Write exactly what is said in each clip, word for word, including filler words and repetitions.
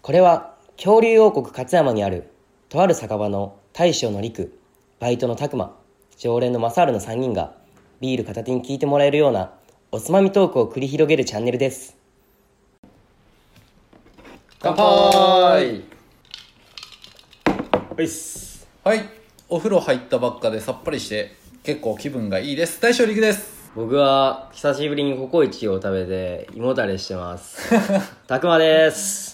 これは恐竜王国勝山にあるとある酒場の大将の陸、バイトの拓磨、常連のマサールのさんにんがビール片手に聞いてもらえるようなおつまみトークを繰り広げるチャンネルです。 乾杯。 おいっす。 はい、お風呂入ったばっかでさっぱりして結構気分がいいです。大将陸です。 僕は久しぶりにココイチを食べて胃もたれしてます拓磨です。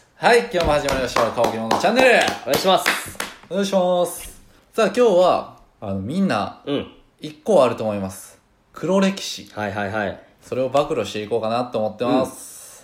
はい、今日も始まりました顔着物チャンネル、 お願いします。 お願いします。さあ今日はあのみんなうん一個あると思います。黒歴史。 はいはいはい。 それを暴露していこうかなと思ってます、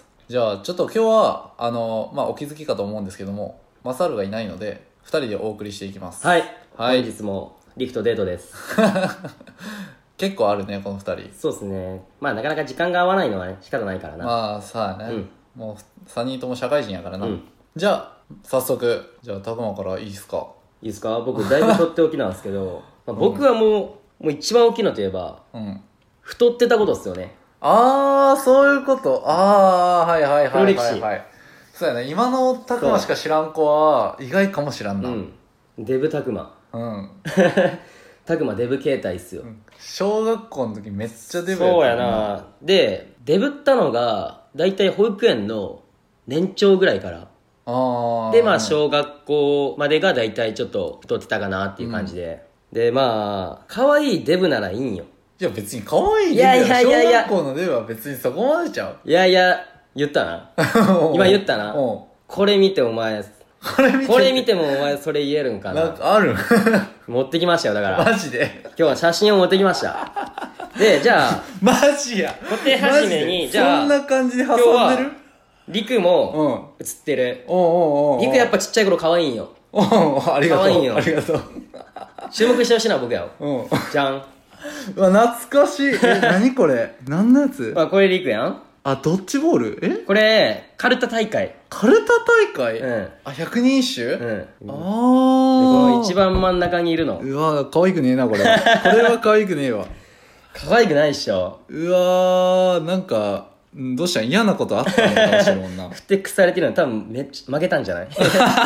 うん、じゃあちょっと今日はあのまあお気づきかと思うんですけども、マサルがいないのでふたりでお送りしていきます。 はい、 はい、 本日もリフトデートです結構あるねこのふたり。 そうですね。まあなかなか時間が合わないのはね仕方ないからな。 まあさあね、うん、もうさんにんとも社会人やからな、うん、じゃあ早速じゃあ拓磨からいいですか。 いいですか。僕だいぶとっておきなんですけどまあ僕はもう、うん、もう一番大きいのといえば、うん、太ってたことですよね。 ああそういうこと。ああはいはいはいはいはいはい。 そうやね、今の拓磨しか知らん子は意外かもしらんな。うん、 デブ拓磨。うん拓磨デブ形態っすよ、うん、 小学校の時めっちゃデブやった。そうやな。でデブったのがだいたい保育園の年長ぐらいから。あでまあ小学校までがだいたいちょっと太ってたかなっていう感じで、うん、でまあ可愛いデブならいいんよ。 いや別に可愛いデブや。いやいやいやいや、小学校のデブは別にそこまでちゃう。 いやいや言ったな今言ったな。これ見てお前これ見てこれ見てもお前それ言えるんかな。 なんかある持ってきましたよ。だからマジで今日は写真を持ってきましたでじゃあマジや固定始めにじゃあそんな感じで挟んでる。 リクも写ってる。 おうおうおうおう。 リクやっぱちっちゃい頃可愛いんよ。 おうありがとう。可愛いんよ。ありがとう。 注目してほしいな僕やよ。じゃん。 うわ懐かしい。え何これ何のやつ。 あこれリクやん。 あドッジボール。えこれカルタ大会。 カルタ大会。うんあひゃくにん一首。うんああこの一番真ん中にいるの。 うわ可愛くねえなこれはこれは可愛くねえわ。 可愛くないっしょ。 うわーなんかどうしたん。嫌なことあったのかもしれんもんな。 ふてくされてるの多分めっちゃ負けたんじゃない、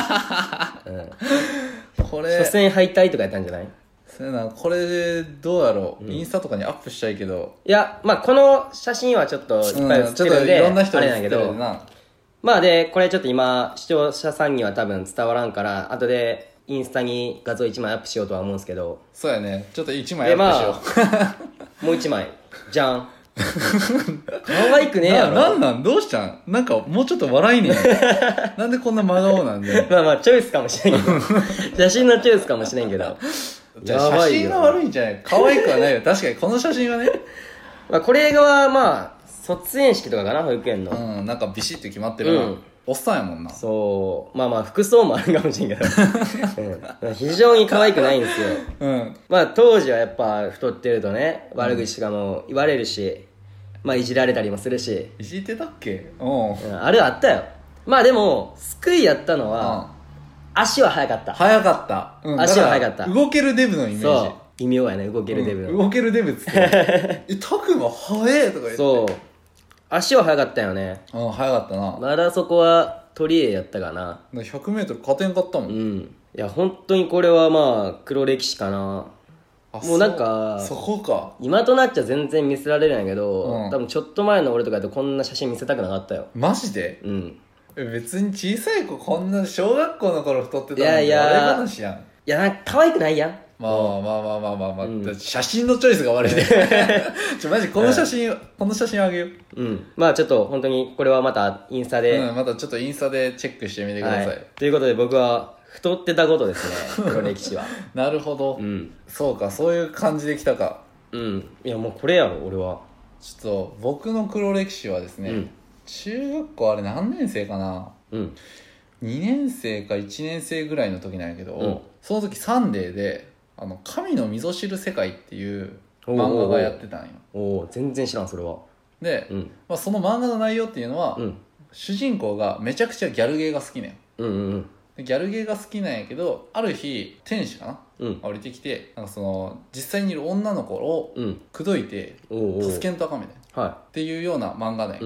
うん、これ初戦敗退とかやったんじゃない。 そうやな。これどうやろう、うん、インスタとかにアップしたいけど。 いやまあこの写真はちょっといっぱい写ってるんで、うん、いろんな人に写ってるんな。まあでこれちょっと今視聴者さんには多分伝わらんから後でインスタに画像いちまいアップしようとは思うんですけど。 そうやねちょっといちまいアップしよう、 まあ、もういちまいじゃん可愛くねえやろ。 な、なんなんどうしたん。なんかもうちょっと笑いねえなんでこんな真顔なんでまあまあチョイスかもしれんけど写真のチョイスかもしれんけどじゃあ写真が悪いんじゃない。可愛くはないよ確かにこの写真はねまあこれがまあ卒園式とかかな保育園の。 うんなんかビシッと決まってるな、うん、おっさんやもんな。 そうまあまあ服装もあるかもしれんけど、うん、非常に可愛くないんですよ、うん、まあ当時はやっぱ太ってるとね悪口とかも言われるし、まあいじられたりもするし。 いじってたっけ。おう、 うん、あれはあったよ。まあでも救いやったのは、うん、足は速かった。 速かった、 うん、足は速かった。 動けるデブのイメージ。そう微妙やね動けるデブの、 うん、動けるデブっつってえタクマ速えとか言って。 そう足は速かったよね。 うん速かったな。 まだそこは取り柄やったかな。 ひゃくメートル勝てんかったもん。 うんいや本当にこれはまあ黒歴史かな。もうなんかそ, そこか今となっちゃ全然見せられるんやけど、うん、多分ちょっと前の俺とかだとこんな写真見せたくなかったよ。 マジで。うん別に小さい子こんな小学校の頃太ってたのに。 いやいやあれ話やん。いやなんか可愛くないやん。 まあまあまあまあまあまあ、まあうん、写真のチョイスが悪いでちょマジこの写真、うん、この写真あげよう。 うんまあちょっと本当にこれはまたインスタで、 うん、またちょっとインスタでチェックしてみてください、はい、 ということで僕は太ってたことですね黒歴史はなるほど、うん、そうかそういう感じできたか。 うんいやもうこれやろ俺は。 ちょっと僕の黒歴史はですね、うん、中学校あれ何年生かな、うん、にねん生かいちねん生ぐらいの時なんやけど、うん、その時サンデーであの神の溝知る世界っていう漫画がやってたんよ。 おお全然知らんそれは。 で、うんまあ、その漫画の内容っていうのは、うん、主人公がめちゃくちゃギャルゲーが好きねん、うんうんうん、でギャルゲーが好きなんやけどある日天使かな、うん、降りてきてなんかその実際にいる女の子を口説いて、うん、助けんとあかんみたいな、はい、っていうような漫画なんやけど、うん、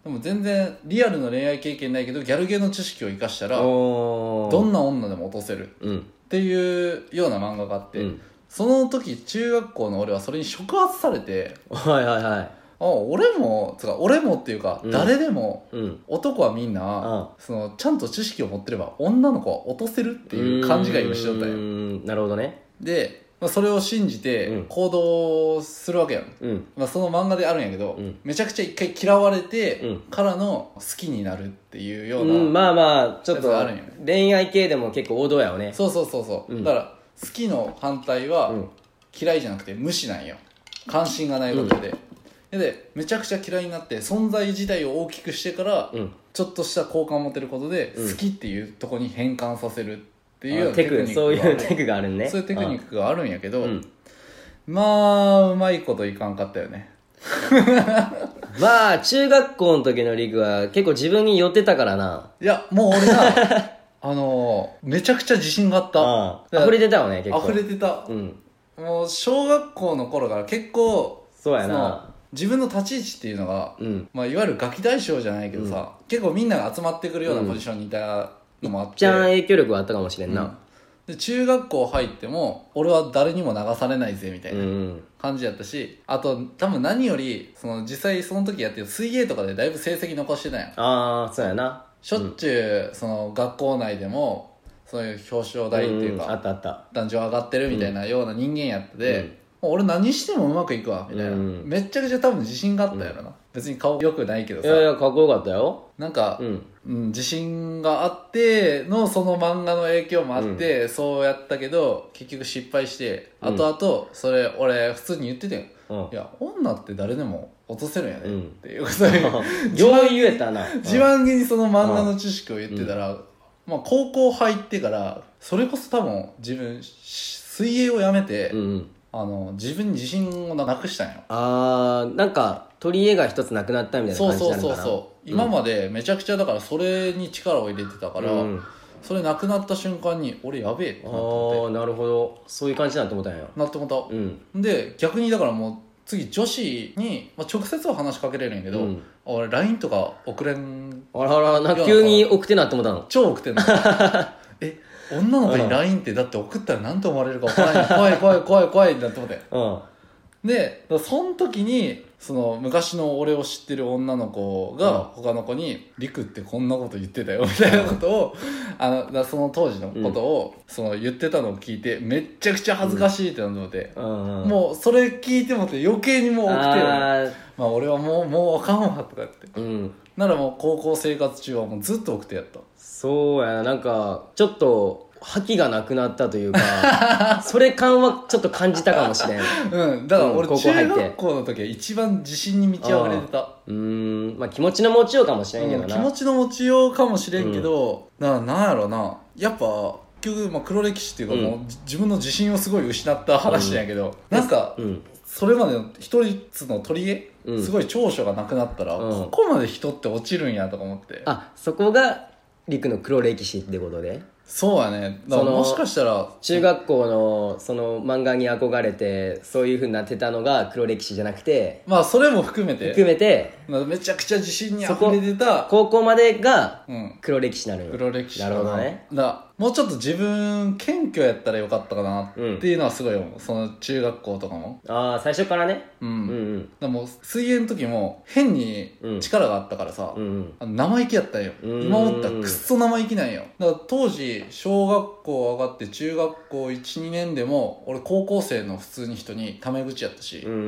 でも全然リアルの恋愛経験ないけどギャルゲーの知識を生かしたらどんな女でも落とせるっていうような漫画があって、うん、その時中学校の俺はそれに触発されて、 はいはいはい、 あ俺もつか俺もっていうか、うん、誰でも、うん、男はみんな、うん、そのちゃんと知識を持ってれば女の子は落とせるっていう勘違いをしとったんよ。 なるほどね。 でまあ、それを信じて行動するわけやん、うんまあ、その漫画であるんやけど、うん、めちゃくちゃ一回嫌われてからの好きになるっていうような、 うん、まあまあちょっと恋愛系でも結構王道やよね。 そうそうそうそう、うん、だから好きの反対は嫌いじゃなくて無視なんよ。関心がないことで、うん、でめちゃくちゃ嫌いになって存在自体を大きくしてから、うん、ちょっとした好感を持てることで好きっていうところに変換させるっていうテクニック、そういうテクがあるね。 そういうテクニックがあるんやけど、うん、まあうまいこといかんかったよね。 まあ中学校の時のリクは結構自分に寄ってたからな。 いやもう俺なあのー、めちゃくちゃ自信があった。 ああ溢れてたよね。結構溢れてた、うん、もう小学校の頃から結構そうやな、 自分の立ち位置っていうのが、うんまあ、いわゆるガキ大将じゃないけどさ、うん、結構みんなが集まってくるようなポジションにいたのもあって、 いっちゃん影響力はあったかもしれんな、うん、 で中学校入っても俺は誰にも流されないぜみたいな感じやったし、あと多分何よりその実際その時やってる水泳とかでだいぶ成績残してたやん。 ああそうやな。 しょっちゅう、うん、その学校内でもそういう表彰台っていうか、 うん、あったあった男女上がってるみたいなような人間やったで、うん俺何してもうまくいくわみたいな、うん、めっちゃくちゃ多分自信があったやろな、うん、別に顔良くないけどさ、 いやいやかっこよかったよ。 なんか、うんうん、自信があってのその漫画の影響もあって、うん、そうやったけど結局失敗して、うん、後々それ俺普通に言ってたよ、うん、いや女って誰でも落とせるんやね、うん、っていうことでよう言えたな自慢げにその漫画の知識を言ってたら、うんまあ、高校入ってからそれこそ多分自分水泳をやめて、うんあの自分に自信をなくしたんよ。 あーなんか取り柄が一つなくなったみたいな感じなのかな。そうそうそうそう、 うん、今までめちゃくちゃだからそれに力を入れてたから、うん、それなくなった瞬間に俺やべえってなって思って。 ああなるほどそういう感じになって思ったんや。 なって思った、うん、で逆にだからもう次女子に、まあ、直接は話しかけれるんやけど、うん、俺 ライン とか送れん。 あららなんか急に送ってなって思ったの。 超送ってんのえ女の子に ライン ってだって送ったら何と思われるか分からない怖い怖い怖い怖いってなって思って、うん、でその時にその昔の俺を知ってる女の子が他の子に「りくってこんなこと言ってたよ」みたいなことをあのだその当時のことを、うん、その言ってたのを聞いてめっちゃくちゃ恥ずかしいってなって、うんうん、もうそれ聞いてもって余計にもう起きてる、まあ俺はもうもうあかんわとかって、うん、ならもう高校生活中はもうずっと起きてやった。 そうやななんかちょっと覇気がなくなったというかそれ感はちょっと感じたかもしれんうんだから俺、うん、中学校の時は一番自信に満ち溢れてた。 うーんまあ気持ちの持ちようかもしれんけどな、 うん、気持ちの持ちようかもしれんけど、うん、ななんやろなやっぱ結局、まあ、黒歴史っていうか、うん、もう自分の自信をすごい失った話なんやけど、うん、なんか、うん、それまでの一つの取り柄、うん、すごい長所がなくなったら、うん、ここまで人って落ちるんやとか思って。 あそこがリクの黒歴史ってことで。 そうやね。だからもしかしたら中学校のその漫画に憧れてそういう風になってたのが黒歴史じゃなくて、 まあそれも含めて含めてめちゃくちゃ自信に溢れてた高校までが黒歴史なのよ、 うん、黒歴史なるほどね。 だもうちょっと自分謙虚やったらよかったかなっていうのはすごい思う、うん、その中学校とかも。 ああ最初からね、 うん、うんうんでも水泳の時も変に力があったからさ、うんうん、あの生意気やったんよ。今思ったらくっそ生意気なんよ。だから当時小学校上がって中学校 いち,に 年でも俺高校生の普通に人にタメ口やったし、うんうん、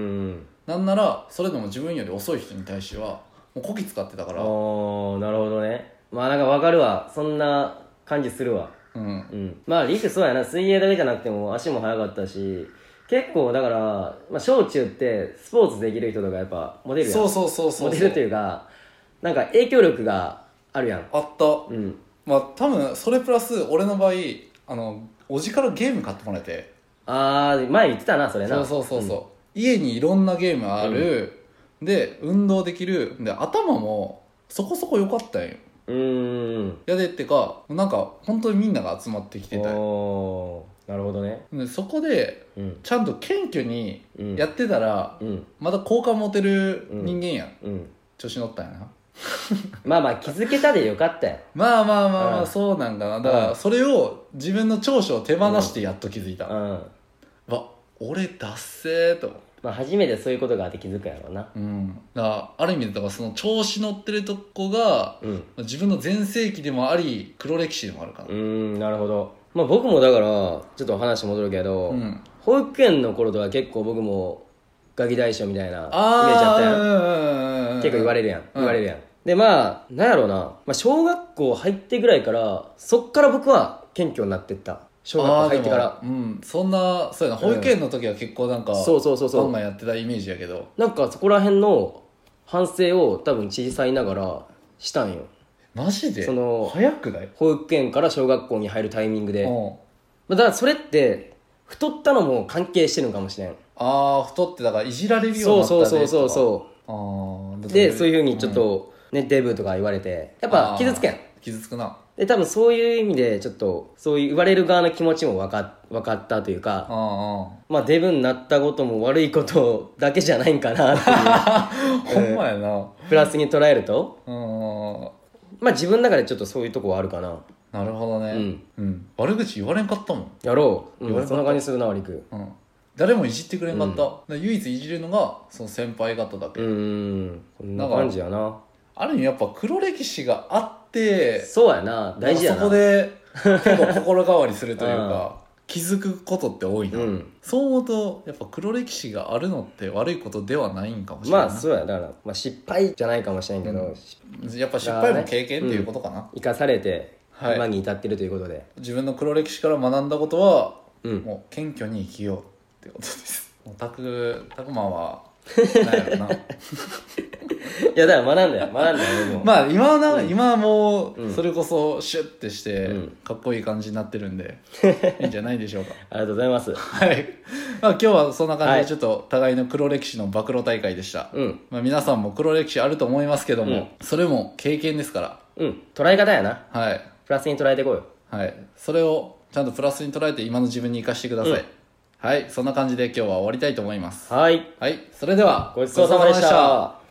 なんならそれでも自分より遅い人に対してはもうこき使ってたから。あーなるほどね。まあなんか分かるわそんな感じするわ。うん、うん、まあリクそうやな水泳だけじゃなくても足も速かったし結構だから、まあ、小中ってスポーツできる人とかやっぱモデルやん。 そうそうそうそうモデルというかなんか影響力があるやん。 あった、うん、まあ多分それプラス俺の場合あのおじからゲーム買ってもらえて。 ああ前言ってたなそれな。 そうそうそうそう、うん、家にいろんなゲームある、うん、で運動できるで頭もそこそこ良かったんよ。うーんやでってかなんか本当にみんなが集まってきてたよ。 なるほどね。 でそこで、うん、ちゃんと謙虚にやってたら、うん、まだ好感持てる人間やん、うん、調子乗ったんやな。 まあまあ気づけたでよかったよ。 まあまあまあまあ、 うんそうなんかな。だからそれを自分の長所を手放してやっと気づいた、 うん、 わ俺ダッセーと。 まあ初めてそういうことがあって気づくやろうな。 うん、だからある意味でだからその調子乗ってるとこが、 うん、 自分の全盛期でもあり黒歴史でもあるかな。 うーん、なるほど。まあ僕もだからちょっと話戻るけど、 うん、 保育園の頃とは結構僕もガキ大将みたいなイメージああったやん。 ー結構言われるやん、 うん言われるやん。でまあなんやろうな、まあ、小学校入ってぐらいからそっから僕は謙虚になってった。小学校入ってから。 うん、そんなそうやな、保育園の時は結構なんか、うん、 そうそうそうそう、 ガンガンやってたイメージやけど、 なんかそこら辺の反省を多分小さいながらしたんよ。 マジでその早くない？ 保育園から小学校に入るタイミングで、 うん、 まあだからそれって太ったのも関係してるのかもしれん。 ああ太ってだからいじられるようになったそうそうそうそうそう。 あでそういうふうにちょっと、うん、ねデブとか言われてやっぱ傷つけん。 傷つくな。 で多分そういう意味でちょっとそういう言われる側の気持ちも分か分かったというか、 あまあデブになったことも悪いことだけじゃないんかなっていうほんまやな、 プラスに捉えると、 うん、 まあ自分の中でちょっとそういうとこはあるかな。 なるほどね、 うんうん、悪口言われんかったもん。 やろう、うん、 言われんかったそんな感じするな割りく、 うん、誰もいじってくれんかった、うん、唯一いじるのがその先輩方だけ。 うん、こんな感じやな。 ある意味やっぱ黒歴史があってそうやな、大事やな。 そこで結構心変わりするというか気づくことって多いな、うん、そう思うとやっぱ黒歴史があるのって悪いことではないんかもしれない。 まあそうやだから、まあ、失敗じゃないかもしれんけど、 うん、やっぱ失敗も経験っていうことかな、 ね、うん、生かされて今に至ってるということで、はい、 自分の黒歴史から学んだことは、うん、もう謙虚に生きようってことです。もうたくたくまはなんやろないやだから学んだよ学んだよ僕も。 まあ今はな、うん、今はもうそれこそシュッてしてかっこいい感じになってるんで、うん、いいんじゃないでしょうかありがとうございます。 はい、まあ、今日はそんな感じでちょっと互いの黒歴史の暴露大会でした、うん、まあ、皆さんも黒歴史あると思いますけども、うん、それも経験ですから、うん、 捉え方やな。 はい、 プラスに捉えていこうよ。 はい、それをちゃんとプラスに捉えて今の自分に生かしてください、うん、はい、そんな感じで今日は終わりたいと思います。 はい、 はい、それではごちそうさまでした。